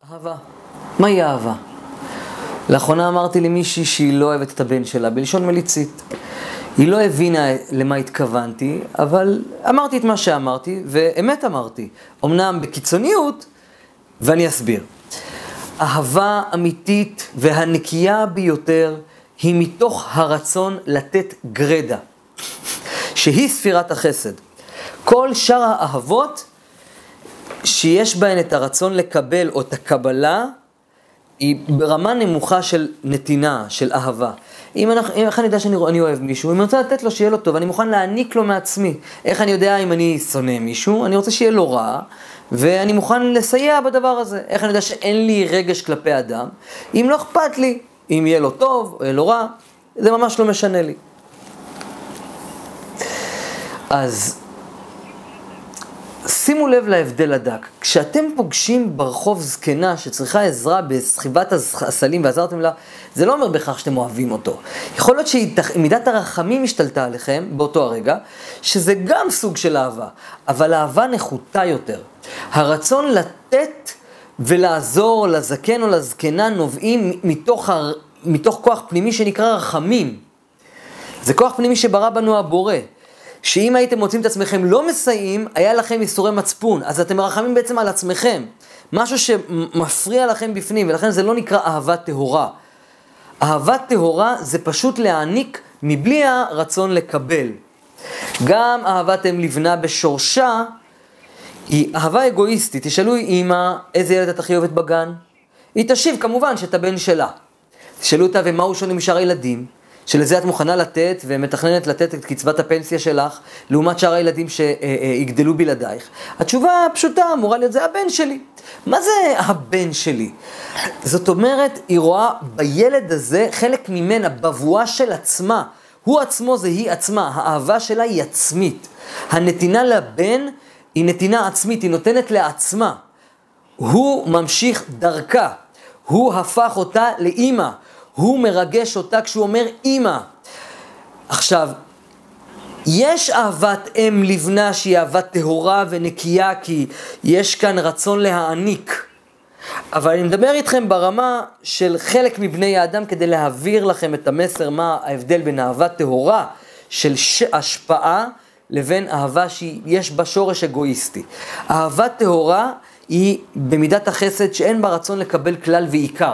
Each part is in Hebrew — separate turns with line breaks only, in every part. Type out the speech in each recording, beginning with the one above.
אהבה. מהי אהבה? לאחרונה אמרתי למישהי שהיא לא אוהבת את הבן שלה, בלשון מליצית. היא לא הבינה למה התכוונתי, אבל אמרתי את מה שאמרתי, ואמת אמרתי. אמנם בקיצוניות, ואני אסביר. אהבה אמיתית והנקייה ביותר היא מתוך הרצון לתת גרדה, שהיא ספירת החסד. כל שאר האהבות שיש בהן את הרצון לקבל או את הקבלה, היא ברמה נמוכה של נתינה, של אהבה. איך אני יודע שאני אוהב מישהו? אם אני רוצה לתת לו שיהיה לו טוב, אני מוכן להעניק לו מעצמי. איך אני יודע אם אני שונא מישהו? אני רוצה שיהיה לו רע, ואני מוכן לסייע בדבר הזה. איך אני יודע שאין לי רגש כלפי אדם? אם לא אכפת לי, אם יהיה לו טוב או יהיה לו רע, זה ממש לא משנה לי. אז שימו לב להבדל הדק. כשאתם פוגשים ברחוב זקנה שצריכה עזרה בסחיבת הסלים ועזרתם לה, זה לא אומר בכך שאתם אוהבים אותו. יכול להיות שמידת הרחמים השתלטה עליכם באותו הרגע, שזה גם סוג של אהבה, אבל אהבה נחותה יותר. הרצון לתת ולעזור לזקן או לזקנה נובעים מתוך כוח פנימי שנקרא רחמים. זה כוח פנימי שברא בנו הבורא. שאם הייתם מוצאים את עצמכם לא מסייעים, היה לכם איסורי מצפון. אז אתם מרחמים בעצם על עצמכם. משהו שמפריע לכם בפנים, ולכן זה לא נקרא אהבה טהורה. אהבה טהורה זה פשוט להעניק מבלי הרצון לקבל. גם אהבת אם לבנה בשורשה, היא אהבה אגואיסטית. תשאלו אמא, איזה ילד את הכי אוהבת בגן? היא תשיב כמובן שאת הבן שלה. תשאלו אותה ומה הוא שונה משאר הילדים? שלזה את מוכנה לתת ומתכננת לתת את קצבת הפנסיה שלך, לעומת שאר הילדים שיגדלו בלעדייך. התשובה הפשוטה אמורה להיות, זה הבן שלי. מה זה הבן שלי? זאת אומרת, היא רואה בילד הזה חלק ממנה, בבואה של עצמה. הוא עצמו זה היא עצמה, האהבה שלה היא עצמית. הנתינה לבן היא נתינה עצמית, היא נותנת לעצמה. הוא ממשיך דרכה, הוא הפך אותה לאמא. הוא מרגש אותה כשהוא אומר אמא. עכשיו, יש אהבת אם לבנה שהיא אהבת טהורה ונקייה, כי יש כאן רצון להעניק. אבל אני מדבר איתכם ברמה של חלק מבני האדם כדי להעביר לכם את המסר מה ההבדל בין אהבה טהורה של השפעה לבין אהבה שיש בה שורש אגואיסטי. אהבה טהורה היא במידת החסד שאין בה רצון לקבל כלל ועיקר.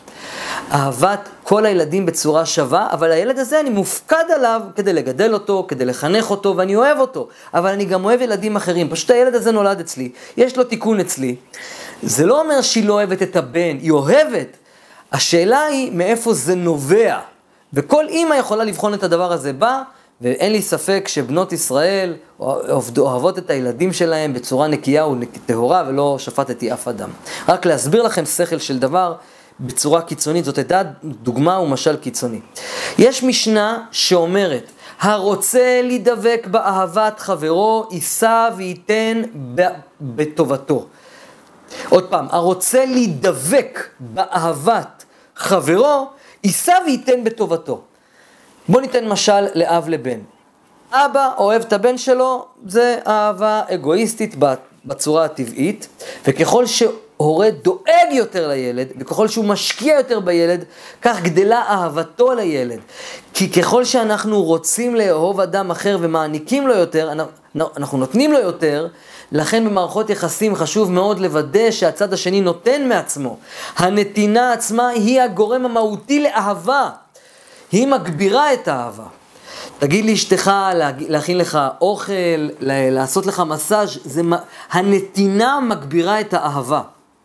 אהבת כל הילדים בצורה שווה, אבל הילד הזה אני מופקד עליו כדי לגדל אותו, כדי לחנך אותו, ואני אוהב אותו. אבל אני גם אוהב ילדים אחרים. פשוט הילד הזה נולד אצלי, יש לו תיקון אצלי. זה לא אומר שהיא לא אוהבת את הבן, היא אוהבת. השאלה היא מאיפה זה נובע. וכל אמא יכולה לבחון את הדבר הזה בה, ואין לי ספק שבנות ישראל אוהבות את הילדים שלהם בצורה נקייה וטהורה, ולא שפטתי אף אדם. רק להסביר לכם שכל של דבר, בצורה קיצונית, זאת הייתה דוגמה ומשל קיצוני. יש משנה שאומרת, הרוצה להידבק באהבת חברו, יישא וייתן בטובתו. עוד פעם, הרוצה להידבק באהבת חברו, יישא וייתן בטובתו. בוא ניתן משל לאב לבן. אבא אוהב את הבן שלו, זה אהבה אגואיסטית בצורה הטבעית, וככל הורה דואג יותר לילד, וככל שהוא משקיע יותר בילד, כך גדלה אהבתו לילד. כי ככל שאנחנו רוצים לאהוב אדם אחר ומעניקים לו יותר, אנחנו נותנים לו יותר, לכן במערכות יחסים חשוב מאוד לוודא שהצד השני נותן מעצמו. הנתינה עצמה היא הגורם המהותי לאהבה. היא מגבירה את האהבה. תגיד לאשתך, להכין לך אוכל, לעשות לך מסאז', הנתינה מגבירה את האהבה.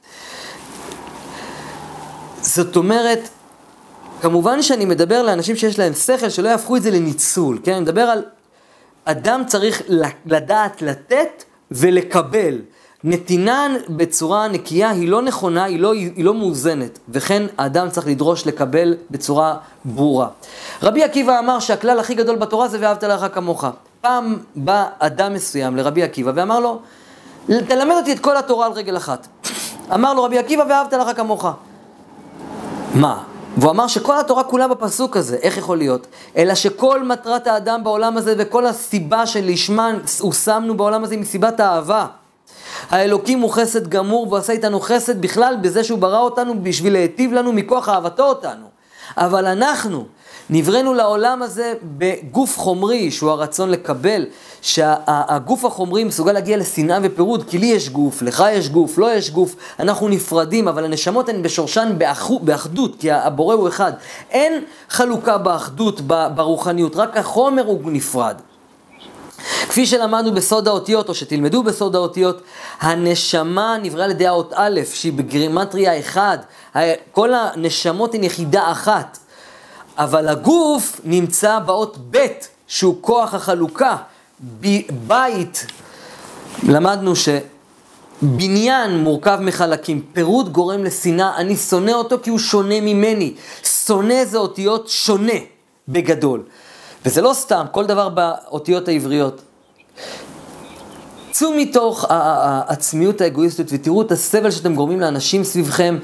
זאת אומרת, כמובן שאני מדבר לאנשים שיש להם שכל, שלא יהפכו את זה לניצול, כן? אני מדבר על אדם צריך לדעת לתת ולקבל. נתינה בצורה נקייה היא לא נכונה, היא לא מאוזנת, וכן האדם צריך לדרוש לקבל בצורה ברורה. רבי עקיבא אמר שהכלל הכי גדול בתורה זה ואהבת לרעך כמוך. פעם בא אדם מסוים לרבי עקיבא ואמר לו, תלמד אותי את כל התורה על רגל אחת. אמר לו רבי עקיבא ואהבת לרעך כמוך. מה? והוא אמר שכל התורה כולה בפסוק הזה, איך יכול להיות? אלא שכל מטרת האדם בעולם הזה וכל הסיבה שלשמה הוא שמנו בעולם הזה היא מסיבת האהבה. האלוקים הוא חסד גמור, והוא עשה איתנו חסד בכלל בזה שהוא ברא אותנו בשביל להיטיב לנו מכוח אהבתו אותנו. אבל אנחנו נבראנו לעולם הזה בגוף חומרי, שהוא הרצון לקבל, שהגוף החומרי מסוגל להגיע לשנאה ופירוד, כי לי יש גוף, לך יש גוף, לא יש גוף, אנחנו נפרדים, אבל הנשמות הן בשורשן באחדות, כי הבורא הוא אחד. אין חלוקה באחדות, ברוחניות, רק החומר הוא נפרד. כפי שלמדנו בסוד האותיות, או שתלמדו בסוד האותיות, הנשמה נבראה לידי האות א', שהיא בגרימטריה אחד, כל הנשמות הן יחידה אחת, אבל הגוף נמצא באות ב', שהוא כוח החלוקה, בית. למדנו שבניין מורכב מחלקים, פירוד גורם לשנאה, אני שונא אותו כי הוא שונה ממני, שונא זה אותיות שונה בגדול, וזה לא סתם, כל דבר באותיות העבריות. צאו מתוך העצמיות האגואיסטית ותראו את הסבל שאתם גורמים לאנשים סביבכם,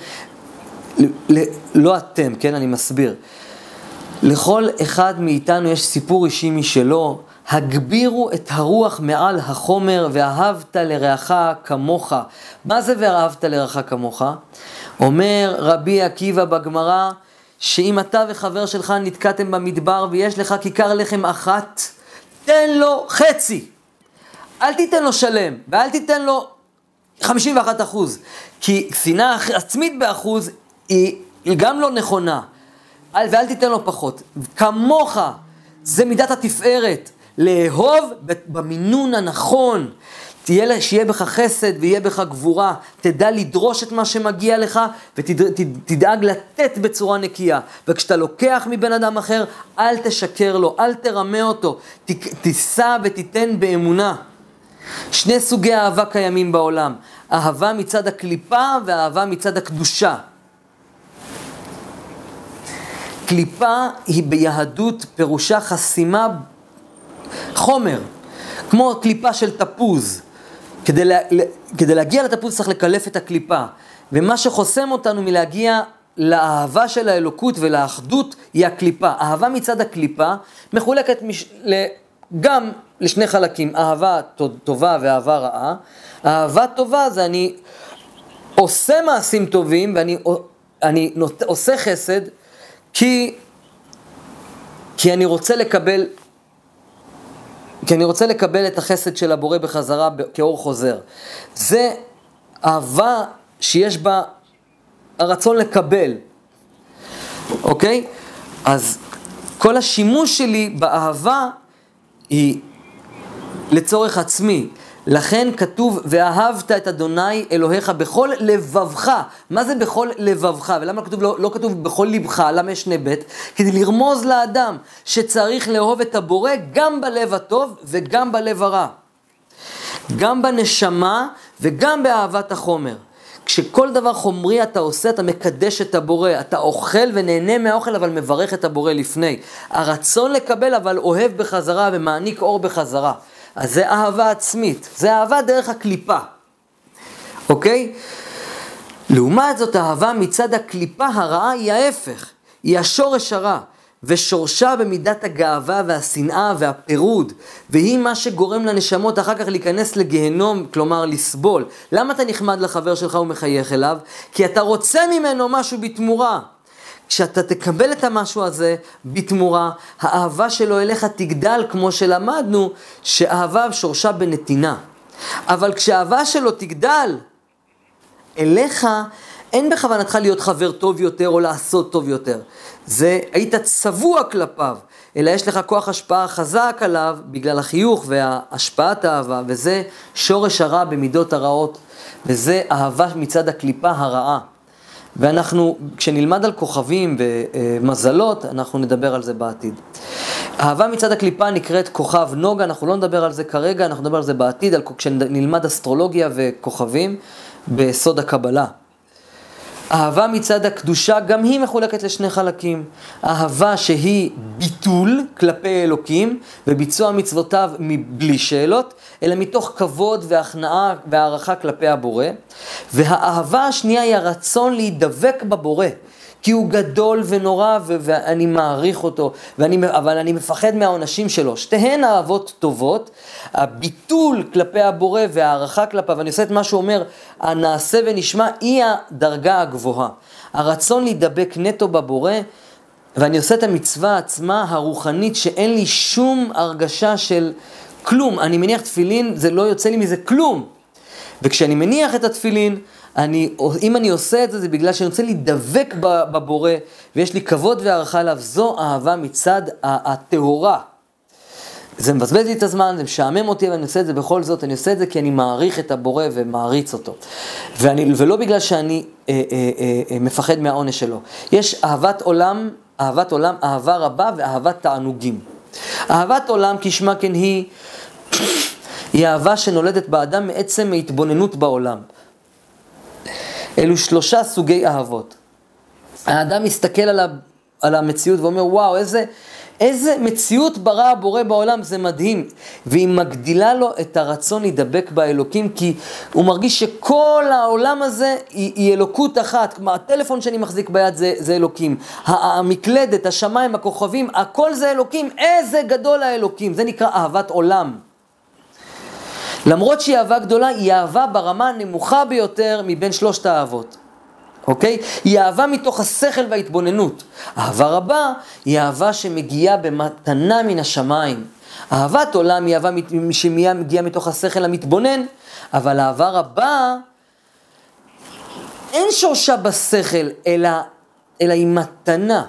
לא אתם, כן, אני מסביר. לכל אחד מאיתנו יש סיפור אישי משלו, הגבירו את הרוח מעל החומר, ואהבת לרעך כמוך. מה זה ואהבת לרעך כמוך? אומר רבי עקיבא בגמרא, שאם אתה וחבר שלך נתקעתם במדבר ויש לך כיכר לחם אחת, תן לו חצי. אל תיתן לו שלם, ואל תיתן לו 51%. כי שנאה עצמית באחוז היא גם לא נכונה. ואל תיתן לו פחות. כמוך, זה מידת התפארת. לאהוב במינון הנכון. שיהיה בך חסד ויהיה בך גבורה. תדע לדרוש את מה שמגיע לך, ותדאג לתת בצורה נקייה. וכשאתה לוקח מבן אדם אחר, אל תשקר לו, אל תרמה אותו. תישא ותיתן באמונה. שני סוגי אהבה קיימים בעולם. אהבה מצד הקליפה ואהבה מצד הקדושה. קליפה היא ביהדות פירושה חסימה חומר, כמו קליפה של תפוז. כדי להגיע לתפוז צריך לקלף את הקליפה, ומה שחוסם אותנו מלהגיע לאהבה של האלוקות ולאחדות היא הקליפה. אהבה מצד הקליפה מחולקת גם לשני חלקים, אהבה טובה ואהבה רעה. אהבה טובה זה אני עושה מעשים טובים ואני עושה חסד, כי אני רוצה לקבל את החסד של הבורא בחזרה כאור חוזר. זה אהבה שיש בה הרצון לקבל. אוקיי? אז כל השימוש שלי באהבה היא לצורך עצמי. לכן כתוב, ואהבת את אדוני אלוהיך בכל לבבך. מה זה בכל לבבך? ולמה לא כתוב בכל לבך? למה יש שני בית? כדי לרמוז לאדם שצריך לאהוב את הבורא גם בלב הטוב וגם בלב הרע. גם בנשמה וגם באהבת החומר. כשכל דבר חומרי אתה עושה, אתה מקדש את הבורא. אתה אוכל ונהנה מהאוכל, אבל מברך את הבורא לפני. הרצון לקבל, אבל אוהב בחזרה ומעניק אור בחזרה. אז זה אהבה עצמית, זה אהבה דרך הקליפה, אוקיי? לעומת זאת, אהבה מצד הקליפה הרעה היא ההפך, היא השורש הרע, ושורשה במידת הגאווה והשנאה והפירוד, והיא מה שגורם לנשמות אחר כך להיכנס לגהנום, כלומר לסבול. למה אתה נחמד לחבר שלך ומחייך אליו? כי אתה רוצה ממנו משהו בתמורה. כשאתה תקבל את המשהו הזה בתמורה, האהבה שלו אליך תגדל, כמו שלמדנו, שאהבה שורשה בנתינה. אבל כשהאהבה שלו תגדל אליך, אין בכוונתך להיות חבר טוב יותר או לעשות טוב יותר. זה היית צבוע כלפיו, אלא יש לך כוח השפעה חזק עליו בגלל החיוך וההשפעת האהבה, וזה שורש הרע במידות הרעות, וזה אהבה מצד הקליפה הרעה. ואנחנו, כשנלמד על כוכבים ומזלות, אנחנו נדבר על זה בעתיד. אהבה מצד הקליפה נקראת כוכב נוגה, אנחנו לא נדבר על זה כרגע, אנחנו נדבר על זה בעתיד, כשנלמד אסטרולוגיה וכוכבים בסוד הקבלה. אהבה מצד הקדושה, גם היא מחולקת לשני חלקים. אהבה שהיא ביטול כלפי אלוקים, וביצוע מצוותיו מבלי שאלות, אלא מתוך כבוד והכנעה והערכה כלפי הבורא. והאהבה השנייה היא הרצון להידבק בבורא. כי הוא גדול ונורא ואני מעריך אותו, אבל אני מפחד מהעונשים שלו. שתיהן אהבות טובות, הביטול כלפי הבורא והערכה כלפיו, אני עושה את מה שהוא אומר, הנעשה ונשמע, היא הדרגה הגבוהה. הרצון להידבק נטו בבורא, ואני עושה את המצווה עצמה הרוחנית, שאין לי שום הרגשה של כלום. אני מניח תפילין, זה לא יוצא לי מזה כלום. וכשאני מניח את התפילין, אם אני עושה את זה, זה בגלל שאני רוצה להידבק בבורא, ויש לי כבוד והערכה עליו. זו אהבה מצד הטהורה. זה מבזבז לי את הזמן, זה משעמם אותי, ואני עושה את זה בכל זאת. אני עושה את זה כי אני מעריך את הבורא ומעריץ אותו. ולא בגלל שאני מפחד מהעונש שלו. יש אהבת עולם, אהבה רבה ואהבת תענוגים. אהבת עולם כשמה כן היא אהבה שנולדת באדם מעצם ההתבוננות בעולם. אלו 3 סוגי אהבות. האדם מסתכל על המציאות ואומר, וואו, איזה מציאות ברא הבורא בעולם, זה מדהים. והיא מגדילה לו את הרצון להידבק באלוקים, כי הוא מרגיש שכל העולם הזה היא אלוקות אחת. כמו הטלפון שאני מחזיק ביד זה אלוקים. המקלדת, השמיים, הכוכבים, הכל זה אלוקים. איזה גדול האלוקים. זה נקרא אהבת עולם. למרות שהיא אהבה גדולה, היא אהבה ברמה הנמוכה ביותר מבין 3 האהבות. אוקיי? היא אהבה מתוך השכל וההתבוננות. אהבה רבה היא אהבה שמגיעה במתנה מן השמיים. אהבת עולם היא אהבה שמגיעה מתוך השכל המתבונן, אבל אהבה רבה אין שורשה בשכל, אלא היא מתנה.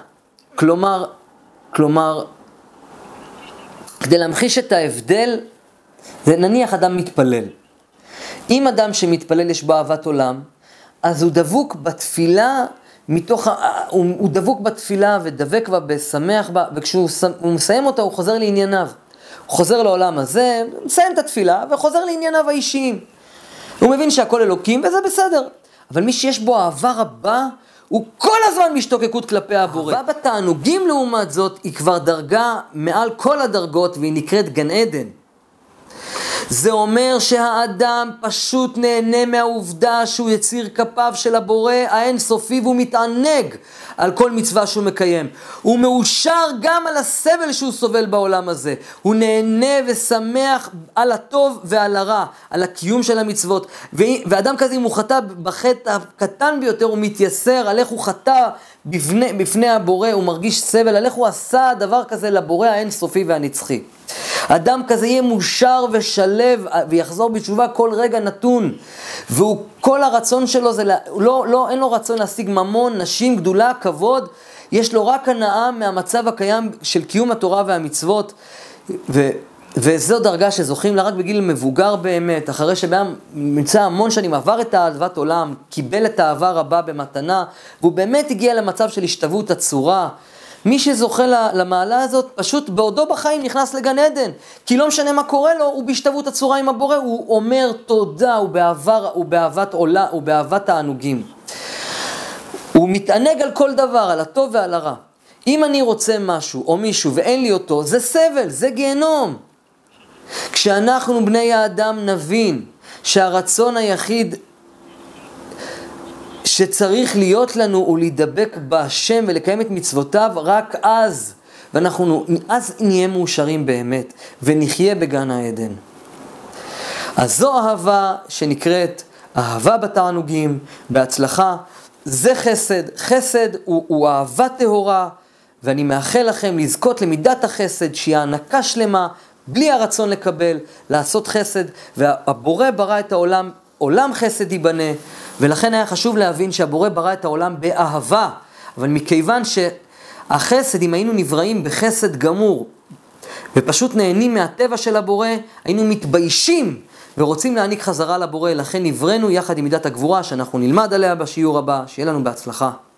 כלומר, כדי להמחיש את ההבדל, זה נניח אדם מתפלל. אם אדם שמתפלל יש בו אהבת עולם, אז הוא דבוק בתפילה, הוא דבוק בתפילה ודבק בה, בשמח בה, וכשהוא מסיים אותה הוא חוזר לענייניו. הוא חוזר לעולם הזה, מסיים את התפילה וחוזר לענייניו האישיים. הוא מבין שהכל אלוקים וזה בסדר. אבל מי שיש בו אהבה רבה, הוא כל הזמן משתוקקות כלפי הבורא. אהבה בתענוגים לעומת זאת, היא כבר דרגה מעל כל הדרגות והיא נקראת גן עדן. זה אומר שהאדם פשוט נהנה מהעובדה שהוא יציר כפיו של הבורא האינסופי, והוא מתענג על כל מצווה שהוא מקיים. הוא מאושר גם על הסבל שהוא סובל בעולם הזה. הוא נהנה ושמח על הטוב ועל הרע, על הקיום של המצוות. ואדם כזה, אם הוא חטא בחטא הקטן ביותר, הוא מתייסר על איך הוא חטא בפני הבורא, הוא מרגיש סבל, על איך הוא עשה דבר כזה לבורא האינסופי והנצחי. אדם כזה יהיה מאושר ושלב ויחזור בתשובה כל רגע נתון, וכל הרצון שלו זה אין לו רצון להשיג ממון, נשים, גדולה, כבוד, יש לו רק הנאה מהמצב הקיים של קיום התורה והמצוות, וזו דרגה שזוכים לה רק בגיל מבוגר באמת, אחרי שבאדם נמצא המון שנים, עבר את אהבת עולם, קיבל את האהבה רבה במתנה, והוא באמת הגיע למצב של השתוות הצורה. מי שזוכה למעלה הזאת, פשוט בעודו בחיים נכנס לגן עדן, כי לא משנה מה קורה לו, הוא בהשתוות הצורה עם הבורא, הוא אומר תודה, הוא באהבת עולה, הוא באהבת תענוגים. הוא מתענג על כל דבר, על הטוב ועל הרע. אם אני רוצה משהו או מישהו ואין לי אותו, זה סבל, זה גיהנום. כשאנחנו בני האדם נבין שהרצון היחיד שצריך להיות לנו הוא להידבק בהשם ולקיים את מצוותיו, רק אז, אז נהיה מאושרים באמת ונחיה בגן העדן. אז זו אהבה שנקראת אהבה בתענוגים, בהצלחה. זה חסד, חסד הוא אהבה טהורה, ואני מאחל לכם לזכות למידת החסד שהיא הענקה שלמה, בלי הרצון לקבל, לעשות חסד, והבורא ברא את העולם, עולם חסד ייבנה, ולכן היה חשוב להבין שהבורא ברא את העולם באהבה, אבל מכיוון שהחסד, אם היינו נבראים בחסד גמור, ופשוט נהנים מהטבע של הבורא, היינו מתביישים ורוצים להעניק חזרה לבורא, לכן נבראנו יחד עם מידת הגבורה שאנחנו נלמד עליה בשיעור הבא, שיהיה לנו בהצלחה.